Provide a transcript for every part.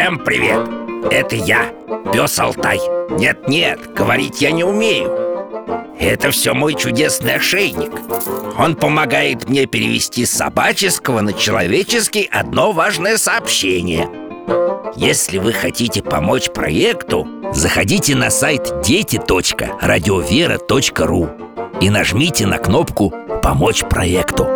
Всем привет! Это я, пес Алтай. Нет, говорить я не умею. Это все мой чудесный ошейник. Он помогает мне перевести с собаческого на человеческий одно важное сообщение. Если вы хотите помочь проекту, заходите на сайт дети.радиовера.ру и нажмите на кнопку «Помочь проекту».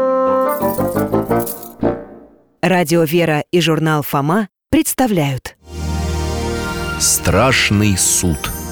Радио «Вера» и журнал «Фома» представляют Страшный суд.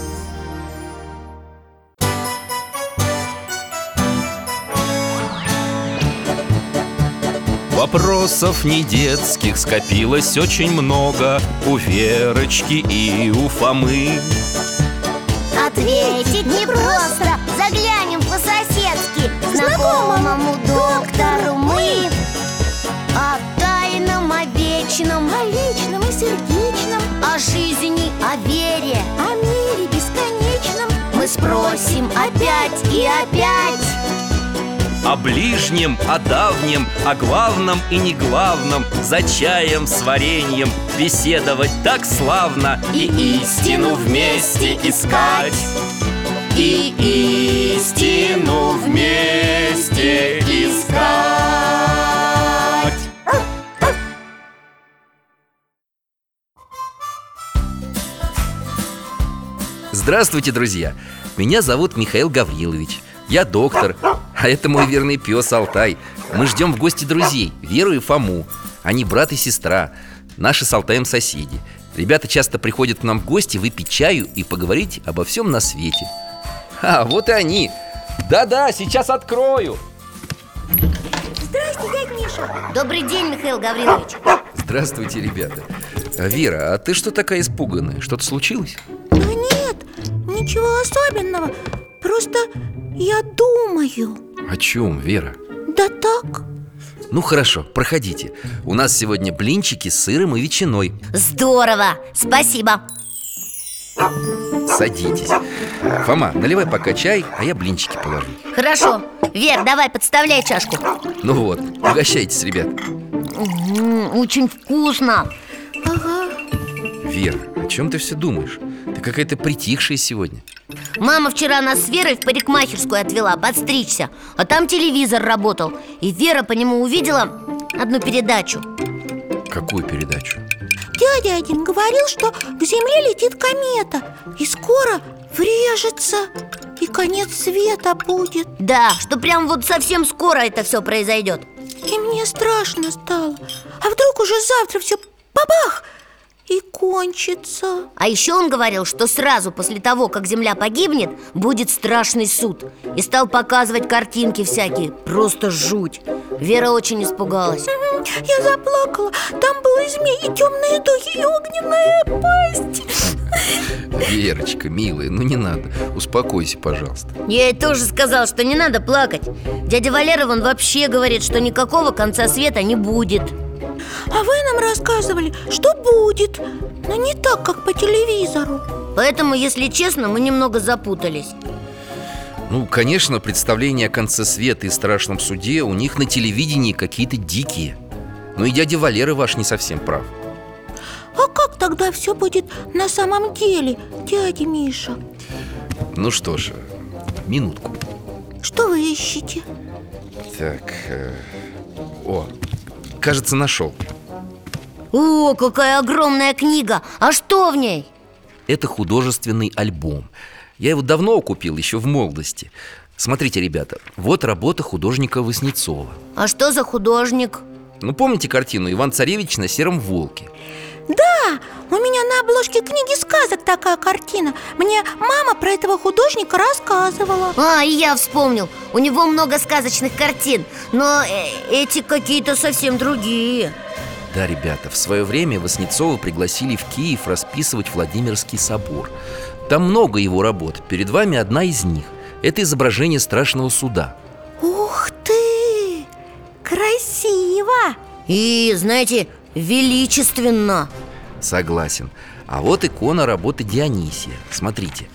Вопросов не детских скопилось очень много у Верочки и у Фомы. Ответить непросто, заглянем по-соседски знакомому доктору мы. О тайном, о вечном, о личном и сердечном, о жизни, о вере, о мире бесконечном мы спросим опять и опять. О ближнем, о давнем, о главном и неглавном, за чаем с вареньем беседовать так славно. И истину вместе искать, и истину вместе искать. Здравствуйте, друзья! Меня зовут Михаил Гаврилович. Я доктор, а это мой верный пес Алтай. Мы ждем в гости друзей, Веру и Фому. Они брат и сестра, наши с Алтаем соседи. Ребята часто приходят к нам в гости выпить чаю и поговорить обо всем на свете. А, вот и они. Да-да, сейчас открою. Здрасте, дядя Миша. Добрый день, Михаил Гаврилович. Здравствуйте, ребята. Вера, а ты что такая испуганная? Что-то случилось? Да нет, ничего особенного. Просто я думаю. О чем, Вера? Да так. Ну хорошо, проходите. У нас сегодня блинчики с сыром и ветчиной. Здорово, спасибо. Садитесь. Фома, наливай пока чай, а я блинчики положу. Хорошо. Вер, давай, подставляй чашку. Ну вот, угощайтесь, ребят. Очень вкусно. Ага. Вера, о чем ты все думаешь? Ты какая-то притихшая сегодня. Мама вчера нас с Верой в парикмахерскую отвела подстричься, а там телевизор работал. И Вера по нему увидела одну передачу. Какую передачу? Дядя один говорил, что к Земле летит комета и скоро врежется, и конец света будет. Да, что прям вот совсем скоро это все произойдет. И мне страшно стало. А вдруг уже завтра все бабах и кончится? А еще он говорил, что сразу после того, как Земля погибнет, будет страшный суд. И стал показывать картинки всякие. Просто жуть. Вера очень испугалась. Я заплакала. Там был и змей, и темные духи, и огненная пасть. Верочка, милая, ну не надо. Успокойся, пожалуйста. Я ей тоже сказал, что не надо плакать. Дядя Валера, он вообще говорит, что никакого конца света не будет. А вы нам рассказывали, что будет, но не так, как по телевизору. Поэтому, если честно, мы немного запутались. Ну, конечно, представления о конце света и страшном суде у них на телевидении какие-то дикие. Но и дядя Валера ваш не совсем прав. А как тогда все будет на самом деле, дядя Миша? Ну что ж, минутку. Что вы ищете? Так, о, кажется, нашел. О, какая огромная книга! А что в ней? Это художественный альбом. Я его давно купил, еще в молодости. Смотрите, ребята, вот работа художника Васнецова. А что за художник? Ну, помните картину «Иван-царевич на сером волке»? Да, у меня на обложке книги сказок такая картина. Мне мама про этого художника рассказывала. А, и я вспомнил. У него много сказочных картин, но эти какие-то совсем другие. Да, ребята, в свое время Васнецова пригласили в Киев расписывать Владимирский собор. Там много его работ, перед вами одна из них. Это изображение страшного суда. Ух ты! Красиво! И, знаете, величественно. Согласен. А вот икона работы Дионисия. Смотрите.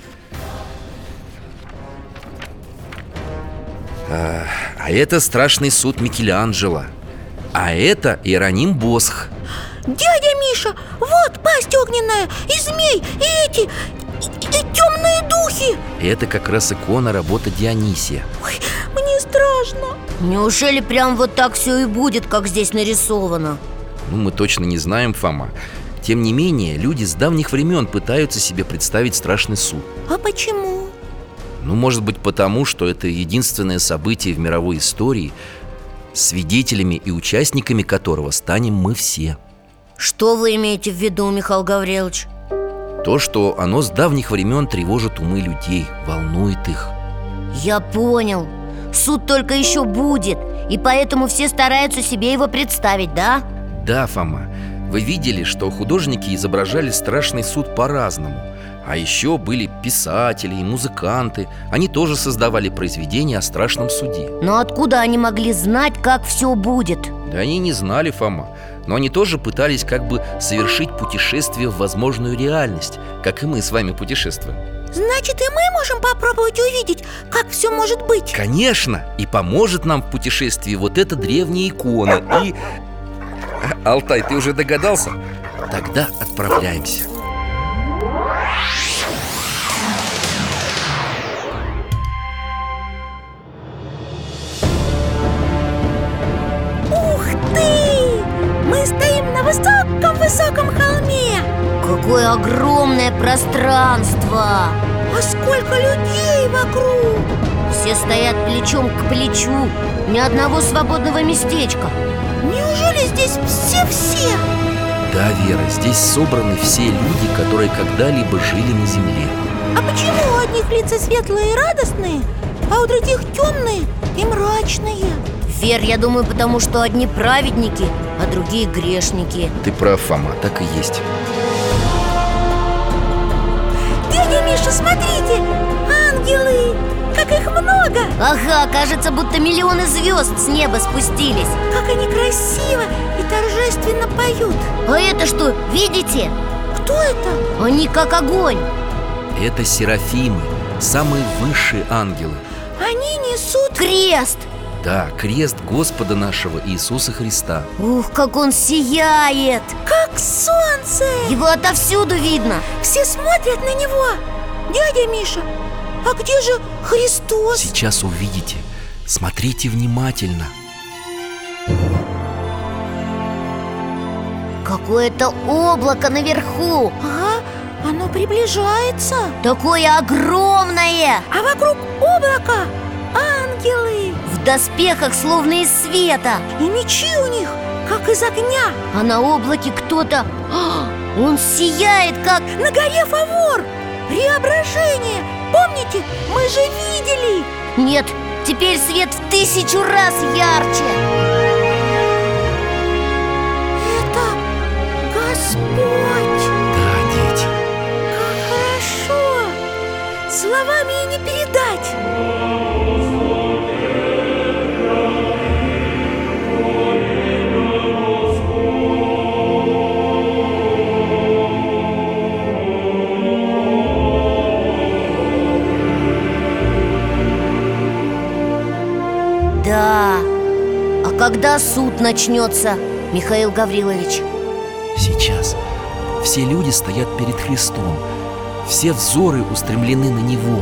А это страшный суд Микеланджело. А это Иероним Босх. Дядя Миша, вот пасть огненная, и змей, и эти, и темные духи. Это как раз икона работы Дионисия. Ой, мне страшно. Неужели прям вот так все и будет, как здесь нарисовано? Ну, мы точно не знаем, Фома. Тем не менее, люди с давних времен пытаются себе представить страшный суд. А почему? Ну, может быть, потому, что это единственное событие в мировой истории, свидетелями и участниками которого станем мы все. Что вы имеете в виду, Михаил Гаврилович? То, что оно с давних времен тревожит умы людей, волнует их. Я понял. Суд только еще будет, и поэтому все стараются себе его представить, да? Да, Фома, вы видели, что художники изображали страшный суд по-разному. А еще были писатели и музыканты. Они тоже создавали произведения о страшном суде. Но откуда они могли знать, как все будет? Да они не знали, Фома. Но они тоже пытались как бы совершить путешествие в возможную реальность, как и мы с вами путешествуем. Значит, и мы можем попробовать увидеть, как все может быть. Конечно! И поможет нам в путешествии вот эта древняя икона. И... Алтай, ты уже догадался? Тогда отправляемся. Ух ты! Мы стоим на высоком-высоком холме. Какое огромное пространство! А сколько людей вокруг! Все стоят плечом к плечу. Ни одного свободного местечка. Неужели здесь все-все? Да, Вера, здесь собраны все люди, которые когда-либо жили на земле. А почему у одних лица светлые и радостные, а у других темные и мрачные? Вер, я думаю, потому что одни праведники, а другие грешники. Ты прав, Фома, так и есть. Дядя Миша, смотрите! Ангелы! Как их много! Ага, кажется, будто миллионы звезд с неба спустились. Как они красиво и торжественно поют! А это что, видите? Кто это? Они как огонь. Это серафимы, самые высшие ангелы. Они несут... Крест! Да, крест Господа нашего Иисуса Христа. Ух, как он сияет! Как солнце! Его отовсюду видно. Все смотрят на него. Дядя Миша, а где же Христос? Сейчас увидите. Смотрите внимательно. Какое-то облако наверху. Ага, оно приближается. Такое огромное. А вокруг облака ангелы. В доспехах, словно из света. И мечи у них, как из огня. А на облаке кто-то... Он сияет, как... На горе Фавор. Преображение. Помните, мы же видели. Нет, теперь свет в 1000 раз ярче. Это Господь. Да, дети. Как хорошо. Словами и не передать. Да. А когда суд начнется, Михаил Гаврилович? Сейчас все люди стоят перед Христом. Все взоры устремлены на Него.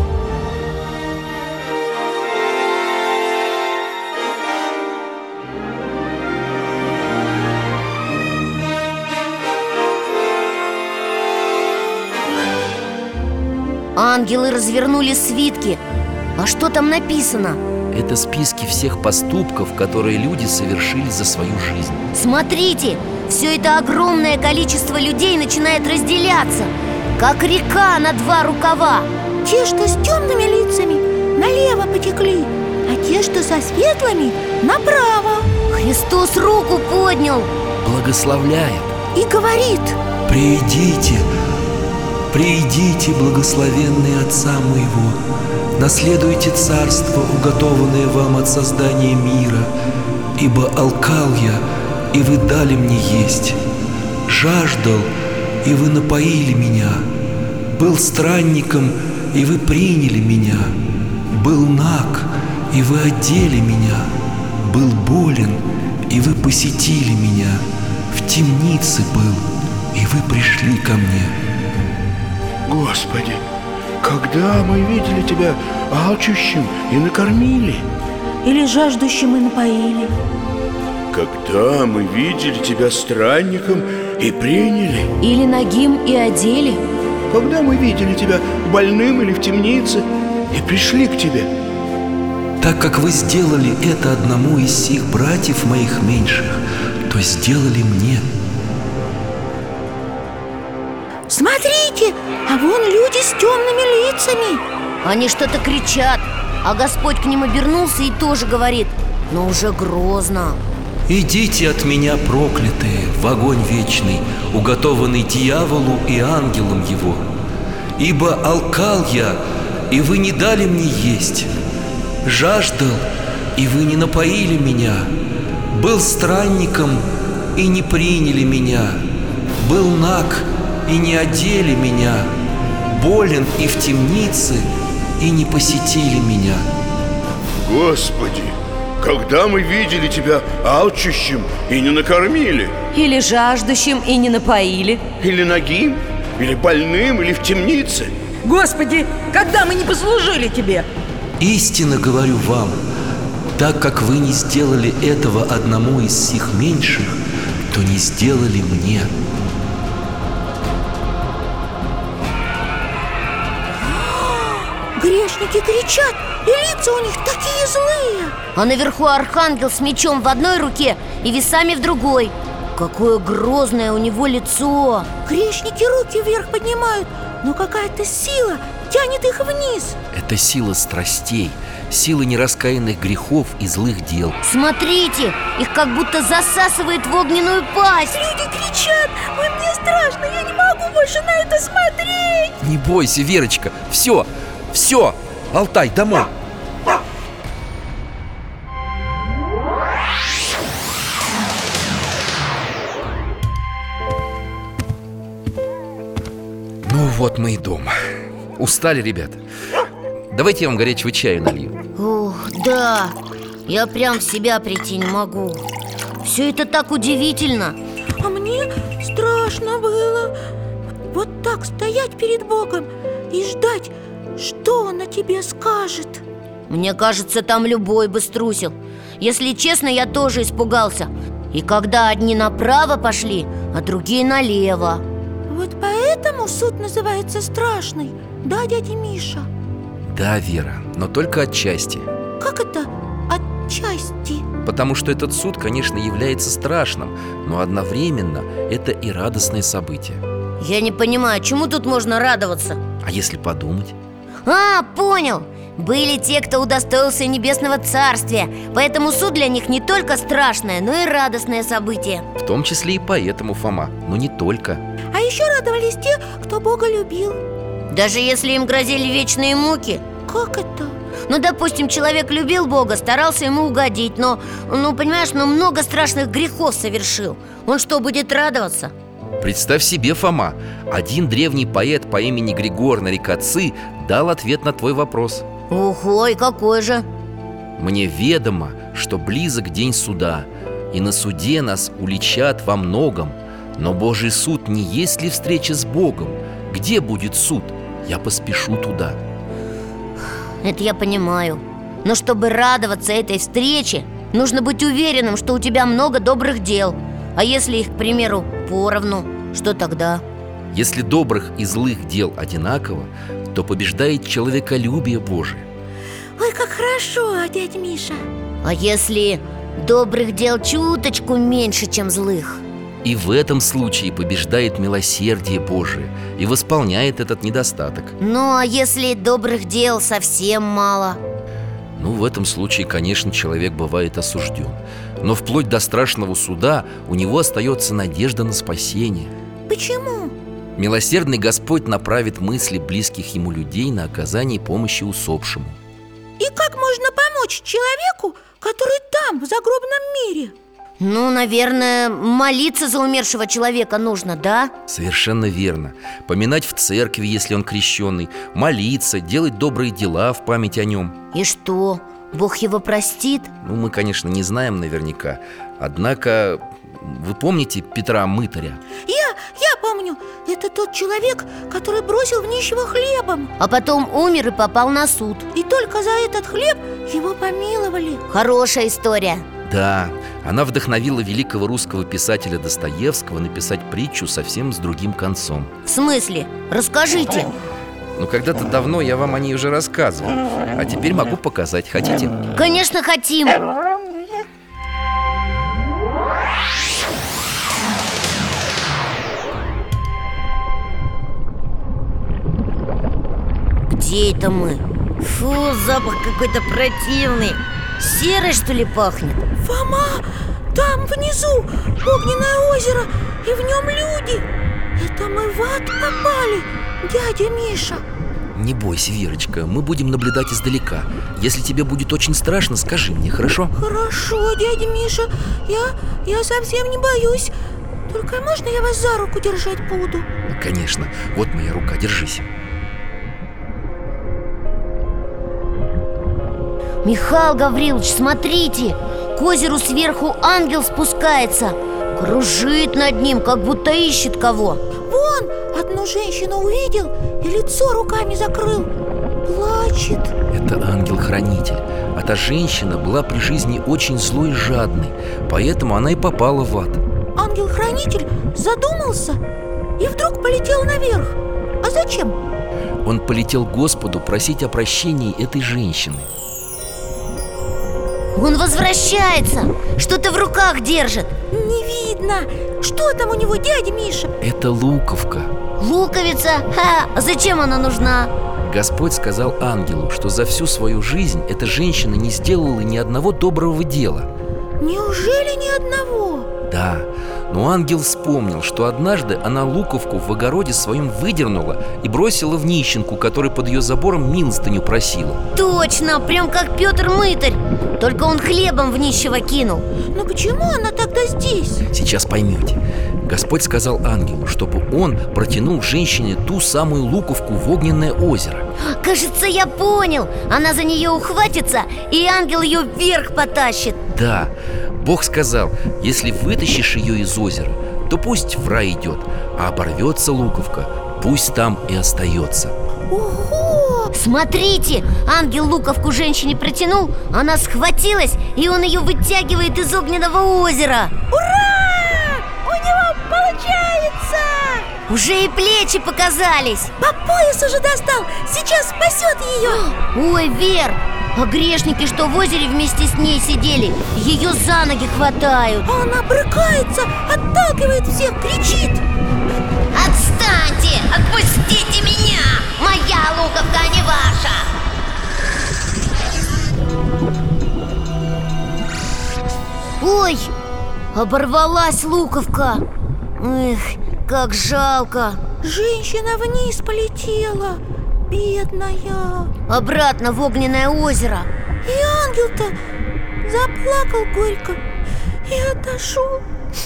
Ангелы развернули свитки. А что там написано? Это списки всех поступков, которые люди совершили за свою жизнь. Смотрите, все это огромное количество людей начинает разделяться, как река на 2 рукава. Те, что с темными лицами, налево потекли, а те, что со светлыми, направо. Христос руку поднял. Благословляет. И говорит: «Придите, придите, благословенные Отца моего, наследуйте царство, уготованное вам от создания мира, ибо алкал я, и вы дали мне есть, жаждал, и вы напоили меня, был странником, и вы приняли меня, был наг, и вы одели меня, был болен, и вы посетили меня, в темнице был, и вы пришли ко мне. Господи, когда мы видели тебя алчущим и накормили? Или жаждущим и напоили? Когда мы видели тебя странником и приняли? Или нагим и одели? Когда мы видели тебя больным или в темнице и пришли к тебе? Так как вы сделали это одному из сих братьев моих меньших, то сделали мне. Смотрите, а вон люди с темными лицами. Они что-то кричат, а Господь к ним обернулся и тоже говорит, но уже грозно. Идите от меня, проклятые, в огонь вечный, уготованный дьяволу и ангелам его. Ибо алкал я, и вы не дали мне есть, жаждал, и вы не напоили меня, был странником, и не приняли меня, был наг, и не одели меня, болен и в темнице, и не посетили меня. Господи, когда мы видели тебя алчущим и не накормили? Или жаждущим и не напоили? Или нагим, или больным, или в темнице? Господи, когда мы не послужили тебе? Истинно говорю вам, так как вы не сделали этого одному из сих меньших, то не сделали мне. Грешники кричат, и лица у них такие злые. А наверху архангел с мечом в одной руке и весами в другой. Какое грозное у него лицо! Грешники руки вверх поднимают, но какая-то сила тянет их вниз. Это сила страстей, сила нераскаянных грехов и злых дел. Смотрите, их как будто засасывает в огненную пасть. Люди кричат, ой, мне страшно, я не могу больше на это смотреть. Не бойся, Верочка, все, Алтай, домой. Ну вот мы и дома. Устали, ребят? Давайте я вам горячего чаю налью. Ох, да, я прям в себя прийти не могу. Все это так удивительно. А мне страшно было. Вот так стоять перед Богом и ждать, что Он о тебе скажет. Мне кажется, там любой бы струсил. Если честно, я тоже испугался. И когда одни направо пошли, а другие налево. Вот поэтому суд называется страшный, да, дядя Миша? Да, Вера, но только отчасти. Как это отчасти? Потому что этот суд, конечно, является страшным, но одновременно это и радостное событие. Я не понимаю, чему тут можно радоваться? А если подумать? А, понял! Были те, кто удостоился небесного царствия. Поэтому суд для них не только страшное, но и радостное событие. В том числе и поэтому, Фома, но не только. А еще радовались те, кто Бога любил. Даже если им грозили вечные муки. Как это? Ну, допустим, человек любил Бога, старался ему угодить, но, понимаешь, много страшных грехов совершил. Он что, будет радоваться? Представь себе, Фома, один древний поэт по имени Григор Нарикоци дал ответ на твой вопрос. Ого, и какой же? «Мне ведомо, что близок день суда, и на суде нас уличат во многом. Но Божий суд не есть ли встреча с Богом? Где будет суд? Я поспешу туда». Это я понимаю. Но чтобы радоваться этой встрече, нужно быть уверенным, что у тебя много добрых дел. А если их, к примеру, поровну, что тогда? Если добрых и злых дел одинаково, то побеждает человеколюбие Божие. Ой, как хорошо, дядя Миша. А если добрых дел чуточку меньше, чем злых? И в этом случае побеждает милосердие Божие и восполняет этот недостаток. Ну, а если добрых дел совсем мало? Ну, в этом случае, конечно, человек бывает осужден. Но вплоть до страшного суда у него остается надежда на спасение. Почему? Милосердный Господь направит мысли близких ему людей на оказание помощи усопшему. И как можно помочь человеку, который там, в загробном мире? Ну, наверное, молиться за умершего человека нужно, да? Совершенно верно. Поминать в церкви, если он крещенный, молиться, делать добрые дела в память о нем. И что, Бог его простит? Ну, мы, конечно, не знаем наверняка. Однако Вы помните Петра Мытаря? Я помню. Это тот человек, который бросил в нищего хлебом. А потом умер и попал на суд. И только за этот хлеб его помиловали. Хорошая история. Да, она вдохновила великого русского писателя Достоевского написать притчу совсем с другим концом. В смысле? Расскажите. Ну, когда-то давно я вам о ней уже рассказывал. А теперь могу показать. Хотите? Конечно, хотим. Где это мы? Фу, запах какой-то противный. Серой, что ли, пахнет? Фома, там внизу огненное озеро, и в нем люди. Это мы в ад попали, дядя Миша. Не бойся, Верочка, мы будем наблюдать издалека. Если тебе будет очень страшно, скажи мне, хорошо? Хорошо, дядя Миша, я совсем не боюсь. Только можно я вас за руку держать буду? Конечно, вот моя рука, держись. Михаил Гаврилович, смотрите! К озеру сверху ангел спускается. Кружит над ним, как будто ищет кого. Вон, одну женщину увидел и лицо руками закрыл. Плачет. Это ангел-хранитель. А та женщина была при жизни очень злой и жадной, поэтому она и попала в ад. Ангел-хранитель задумался и вдруг полетел наверх. А зачем? Он полетел к Господу просить о прощении этой женщины. Он возвращается. Что-то в руках держит. Не видно. Что там у него, дядя Миша? Это луковка. Луковица? Ха, а зачем она нужна? Господь сказал ангелу, что за всю свою жизнь эта женщина не сделала ни одного доброго дела. Неужели ни одного? Да, но ангел вспомнил, что однажды она луковку в огороде своем выдернула и бросила в нищенку, которая под ее забором милостыню просила. Точно, прям как Петр Мытарь. Только он хлебом в нищего кинул. Но почему она тогда здесь? Сейчас поймете. Господь сказал ангелу, чтобы он протянул женщине ту самую луковку в огненное озеро. Кажется, я понял. Она за нее ухватится, и ангел ее вверх потащит. Да, Бог сказал, если вытащишь ее из озера, то пусть в рай идет, а оборвется луковка, пусть там и остается. Ого! Смотрите, ангел луковку женщине протянул, она схватилась, и он ее вытягивает из огненного озера. Ура! У него получается! Уже и плечи показались. По пояс уже достал, сейчас спасет ее. Ой, Вер, а грешники, что в озере вместе с ней сидели, ее за ноги хватают. А она брыкается, отталкивает всех, кричит. Отстаньте! Отпустите меня! Моя луковка, а не ваша! Ой, оборвалась луковка. Эх, как жалко. Женщина вниз полетела, бедная. Обратно в огненное озеро. И ангел-то заплакал горько и отошел.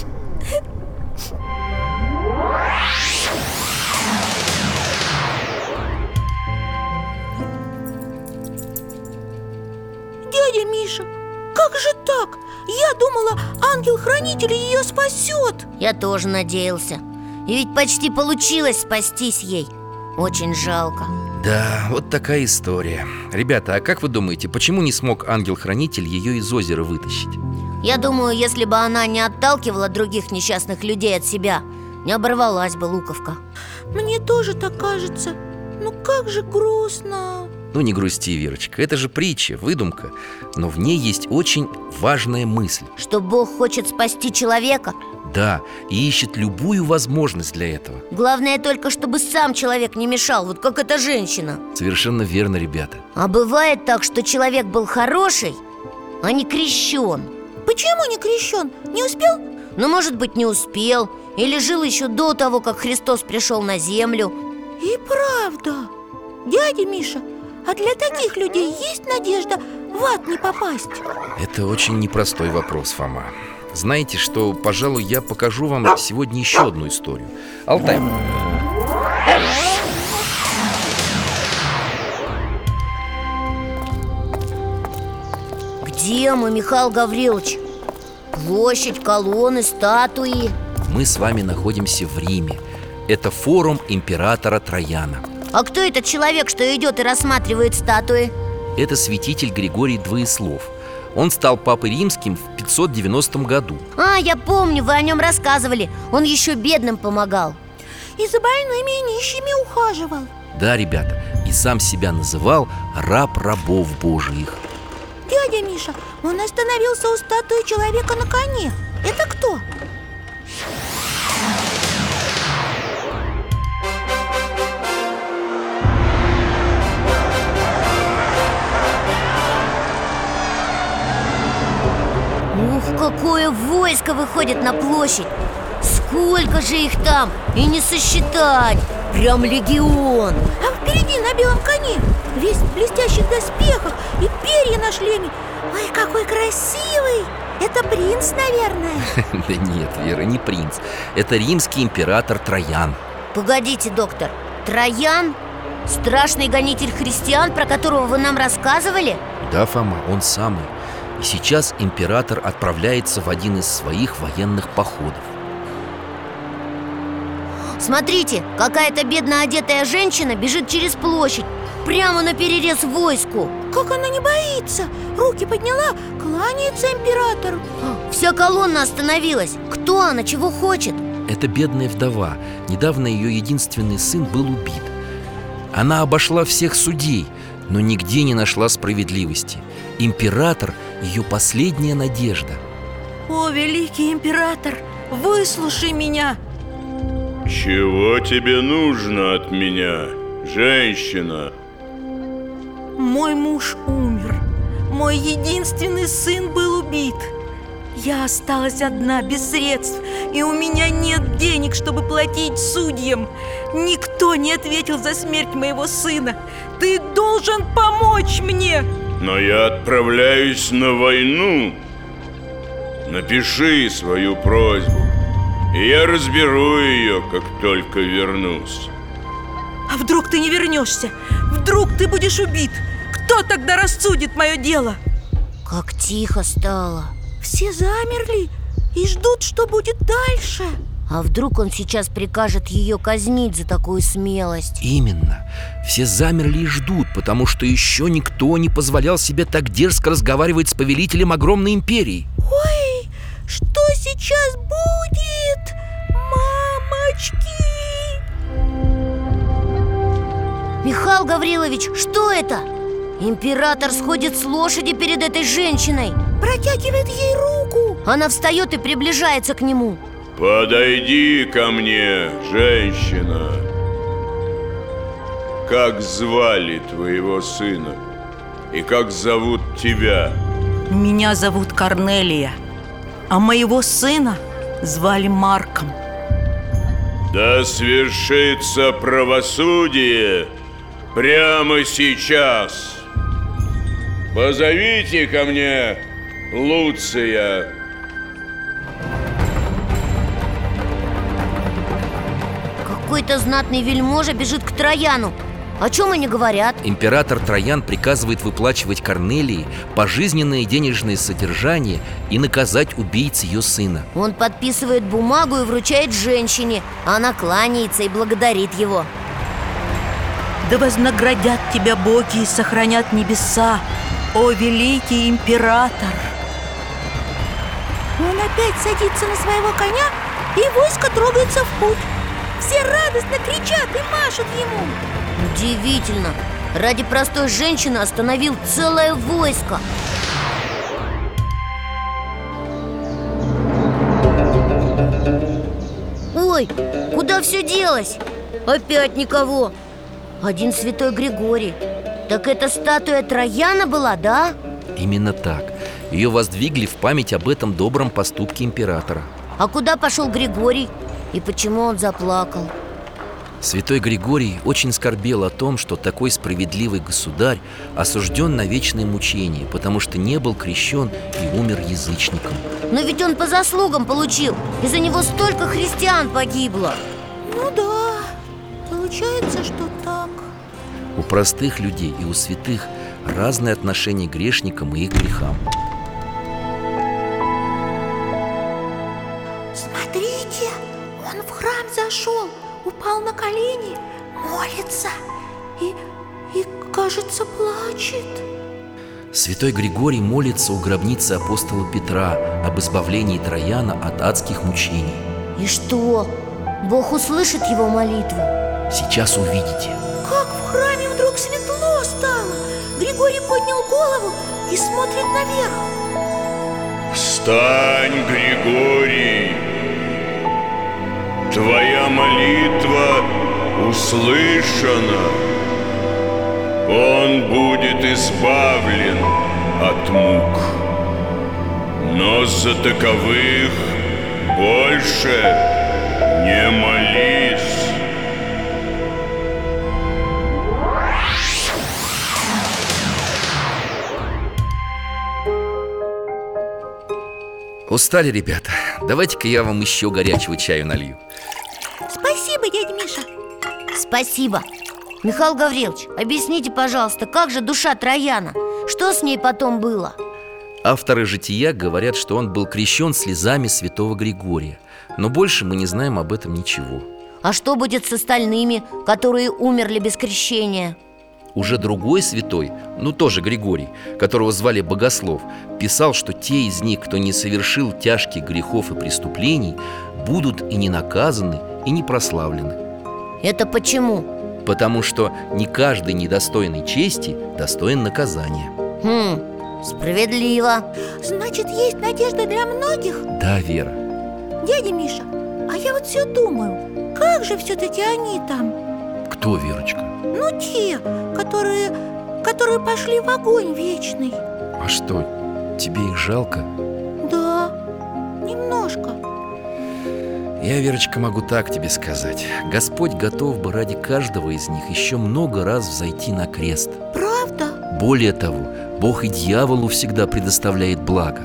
Дядя Миша, как же так? Я думала, ангел-хранитель ее спасет. Я тоже надеялся. И ведь почти получилось спастись ей. Очень жалко. Да, вот такая история. Ребята, а как вы думаете, почему не смог ангел-хранитель ее из озера вытащить? Я думаю, если бы она не отталкивала других несчастных людей от себя, не оборвалась бы луковка. Мне тоже так кажется. Ну как же грустно. Ну не грусти, Верочка, это же притча, выдумка. Но в ней есть очень важная мысль. Что Бог хочет спасти человека. Да, и ищет любую возможность для этого. Главное только, чтобы сам человек не мешал, вот как эта женщина. Совершенно верно, ребята. А бывает так, что человек был хороший, а не крещен. Почему не крещен? Не успел? Ну, может быть, не успел. Или жил еще до того, как Христос пришел на землю. И правда. Дядя Миша, а для таких людей есть надежда в ад не попасть? Это очень непростой вопрос, Фома. Знаете, что, пожалуй, я покажу вам сегодня еще одну историю. Алтай. Где мы, Михаил Гаврилович? Площадь, колонны, статуи. Мы с вами находимся в Риме. Это форум императора Траяна. А кто этот человек, что идет и рассматривает статуи? Это святитель Григорий Двоеслов. Он стал папой римским в 590 году. А, я помню, вы о нем рассказывали. Он еще бедным помогал. И за больными и нищими ухаживал. Да, ребята, и сам себя называл раб рабов Божиих. Дядя Миша, он остановился у статуи человека на коне. Это кто? Ух, какое войско выходит на площадь! Сколько же их там! И не сосчитать! Прям легион! А впереди на белом коне, весь в блестящих доспехах и перья на шлеме. Ой, какой красивый! Это принц, наверное. Да нет, Вера, не принц. Это римский император Траян. Погодите, доктор, Траян? Страшный гонитель христиан, про которого вы нам рассказывали? Да, Фома, он самый. И сейчас император отправляется в один из своих военных походов. Смотрите, какая-то бедно одетая женщина бежит через площадь, прямо наперерез войску. Как она не боится! Руки подняла, кланяется императору. Вся колонна остановилась. Кто она, чего хочет? Это бедная вдова. Недавно ее единственный сын был убит. Она обошла всех судей, но нигде не нашла справедливости. Император – ее последняя надежда. О, великий император, выслушай меня. Чего тебе нужно от меня, женщина? Мой муж умер. Мой единственный сын был убит. Я осталась одна, без средств, и у меня нет денег, чтобы платить судьям. Никто не ответил за смерть моего сына. Ты должен помочь мне. Но я отправляюсь на войну. Напиши свою просьбу, и я разберу ее, как только вернусь. А вдруг ты не вернешься? Вдруг ты будешь убит? Кто тогда рассудит мое дело? Как тихо стало. Все замерли и ждут, что будет дальше. А вдруг он сейчас прикажет ее казнить за такую смелость? Именно. Все замерли и ждут, потому что еще никто не позволял себе так дерзко разговаривать с повелителем огромной империи. Ой, что сейчас будет? Мамочки! Михаил Гаврилович, что это? Император сходит с лошади перед этой женщиной. Протягивает ей руку. Она встает и приближается к нему. Подойди ко мне, женщина. Как звали твоего сына? И как зовут тебя? Меня зовут Корнелия, а моего сына звали Марком. Да свершится правосудие прямо сейчас. Позовите ко мне Луция. Какой-то знатный вельможа бежит к Траяну. О чем они говорят? Император Траян приказывает выплачивать Корнелии пожизненное денежное содержание и наказать убийц ее сына. Он подписывает бумагу и вручает женщине. Она кланяется и благодарит его. Да вознаградят тебя боги и сохранят небеса, о великий император. Он опять садится на своего коня, и войско трогается в путь. Все радостно кричат и машут ему. Удивительно. Ради простой женщины остановил целое войско. Ой, куда все делось? Опять никого. Один святой Григорий. Так это статуя Траяна была, да? Именно так. Ее воздвигли в память об этом добром поступке императора. А куда пошел Григорий? И почему он заплакал? Святой Григорий очень скорбел о том, что такой справедливый государь осужден на вечное мучение, потому что не был крещен и умер язычником. Но ведь он по заслугам получил. Из-за него столько христиан погибло. Ну да, получается, что так. У простых людей и у святых разное отношение к грешникам и их грехам. Он в храм зашел, упал на колени, молится и, кажется, плачет. Святой Григорий молится у гробницы апостола Петра об избавлении Трояна от адских мучений. И что? Бог услышит его молитву? Сейчас увидите. Как в храме вдруг светло стало! Григорий поднял голову и смотрит наверх. Встань, Григорий! Твоя молитва услышана. Он будет избавлен от мук. Но за таковых больше не молись. Устали, ребята? Давайте-ка я вам еще горячего чаю налью. Спасибо, дядя Миша. Спасибо. Михаил Гаврилович, объясните, пожалуйста, как же душа Трояна? Что с ней потом было? Авторы «Жития» говорят, что он был крещен слезами святого Григория. Но больше мы не знаем об этом ничего. А что будет с остальными, которые умерли без крещения? Уже другой святой, тоже Григорий, которого звали Богослов, писал, что те из них, кто не совершил тяжких грехов и преступлений, будут и не наказаны, и не прославлены. Это почему? Потому что не каждый недостойный чести достоин наказания. Справедливо. Значит, есть надежда для многих? Да, Вера. Дядя Миша, а я вот все думаю, как же все-таки они там? Кто, Верочка? Те, которые пошли в огонь вечный. А что, тебе их жалко? Да, немножко. Я, Верочка, могу так тебе сказать. Господь готов бы ради каждого из них еще много раз взойти на крест. Правда? Более того, Бог и дьяволу всегда предоставляет благо.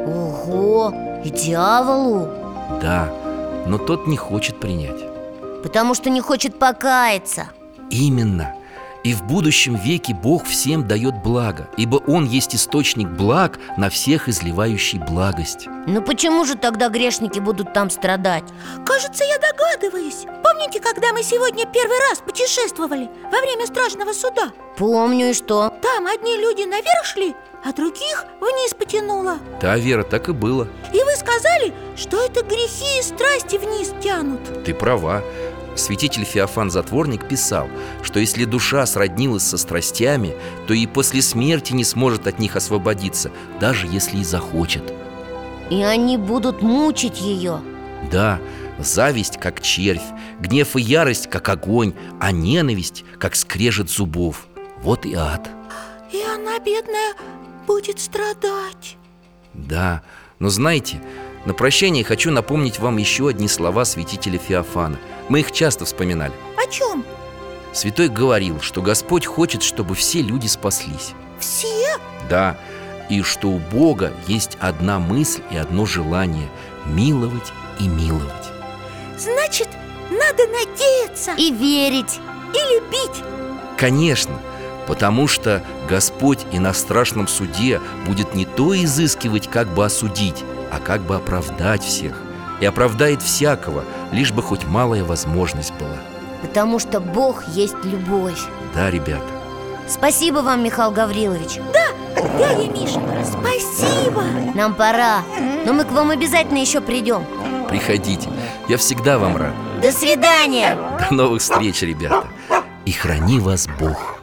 Ого, и дьяволу? Да, но тот не хочет принять. Потому что не хочет покаяться. Именно. И в будущем веке Бог всем дает благо, ибо Он есть источник благ, на всех изливающий благость. Но почему же тогда грешники будут там страдать? Кажется, я догадываюсь. Помните, когда мы сегодня первый раз путешествовали во время страшного суда? Помню, и что? Там одни люди наверх шли, а других вниз потянуло. Да, Вера, так и было. И вы сказали, что это грехи и страсти вниз тянут. Ты права. Святитель Феофан Затворник писал, что если душа сроднилась со страстями, то и после смерти не сможет от них освободиться, даже если и захочет. И они будут мучить ее. Да, зависть как червь, гнев и ярость как огонь, а ненависть как скрежет зубов. Вот и ад. И она, бедная, будет страдать. Да, но знаете, на прощание хочу напомнить вам еще одни слова святителя Феофана. Мы их часто вспоминали. О чем? Святой говорил, что Господь хочет, чтобы все люди спаслись. Все? Да, и что у Бога есть одна мысль и одно желание – миловать и миловать. Значит, надо надеяться и верить, и любить. Конечно, потому что Господь и на страшном суде будет не то изыскивать, как бы осудить, а как бы оправдать всех. И оправдает всякого, лишь бы хоть малая возможность была. Потому что Бог есть любовь. Да, ребята. Спасибо вам, Михаил Гаврилович. Да, дядя Миша, спасибо. Нам пора, но мы к вам обязательно еще придем. Приходите, я всегда вам рад. До свидания. До новых встреч, ребята. И храни вас Бог.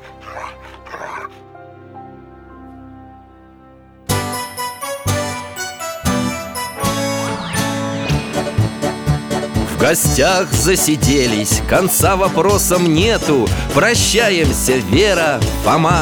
В гостях засиделись, конца вопросам нету. Прощаемся, Вера, Фома.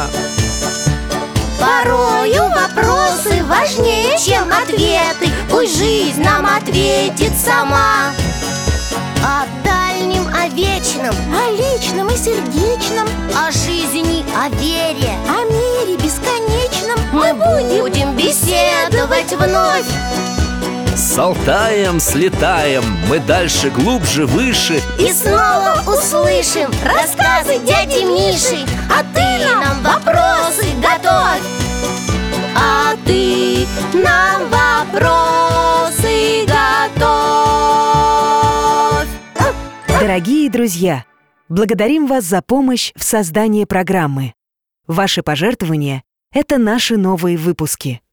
Порою вопросы важнее, чем ответы. Пусть жизнь нам ответит сама. О дальнем, о вечном, о личном и сердечном, о жизни, о вере, о мире бесконечном мы будем беседовать вновь. С Алтаем слетаем, мы дальше, глубже, выше. И снова услышим рассказы дяди Миши. А ты нам вопросы готовь. А ты нам вопросы готовь. Дорогие друзья, благодарим вас за помощь в создании программы. Ваши пожертвования – это наши новые выпуски.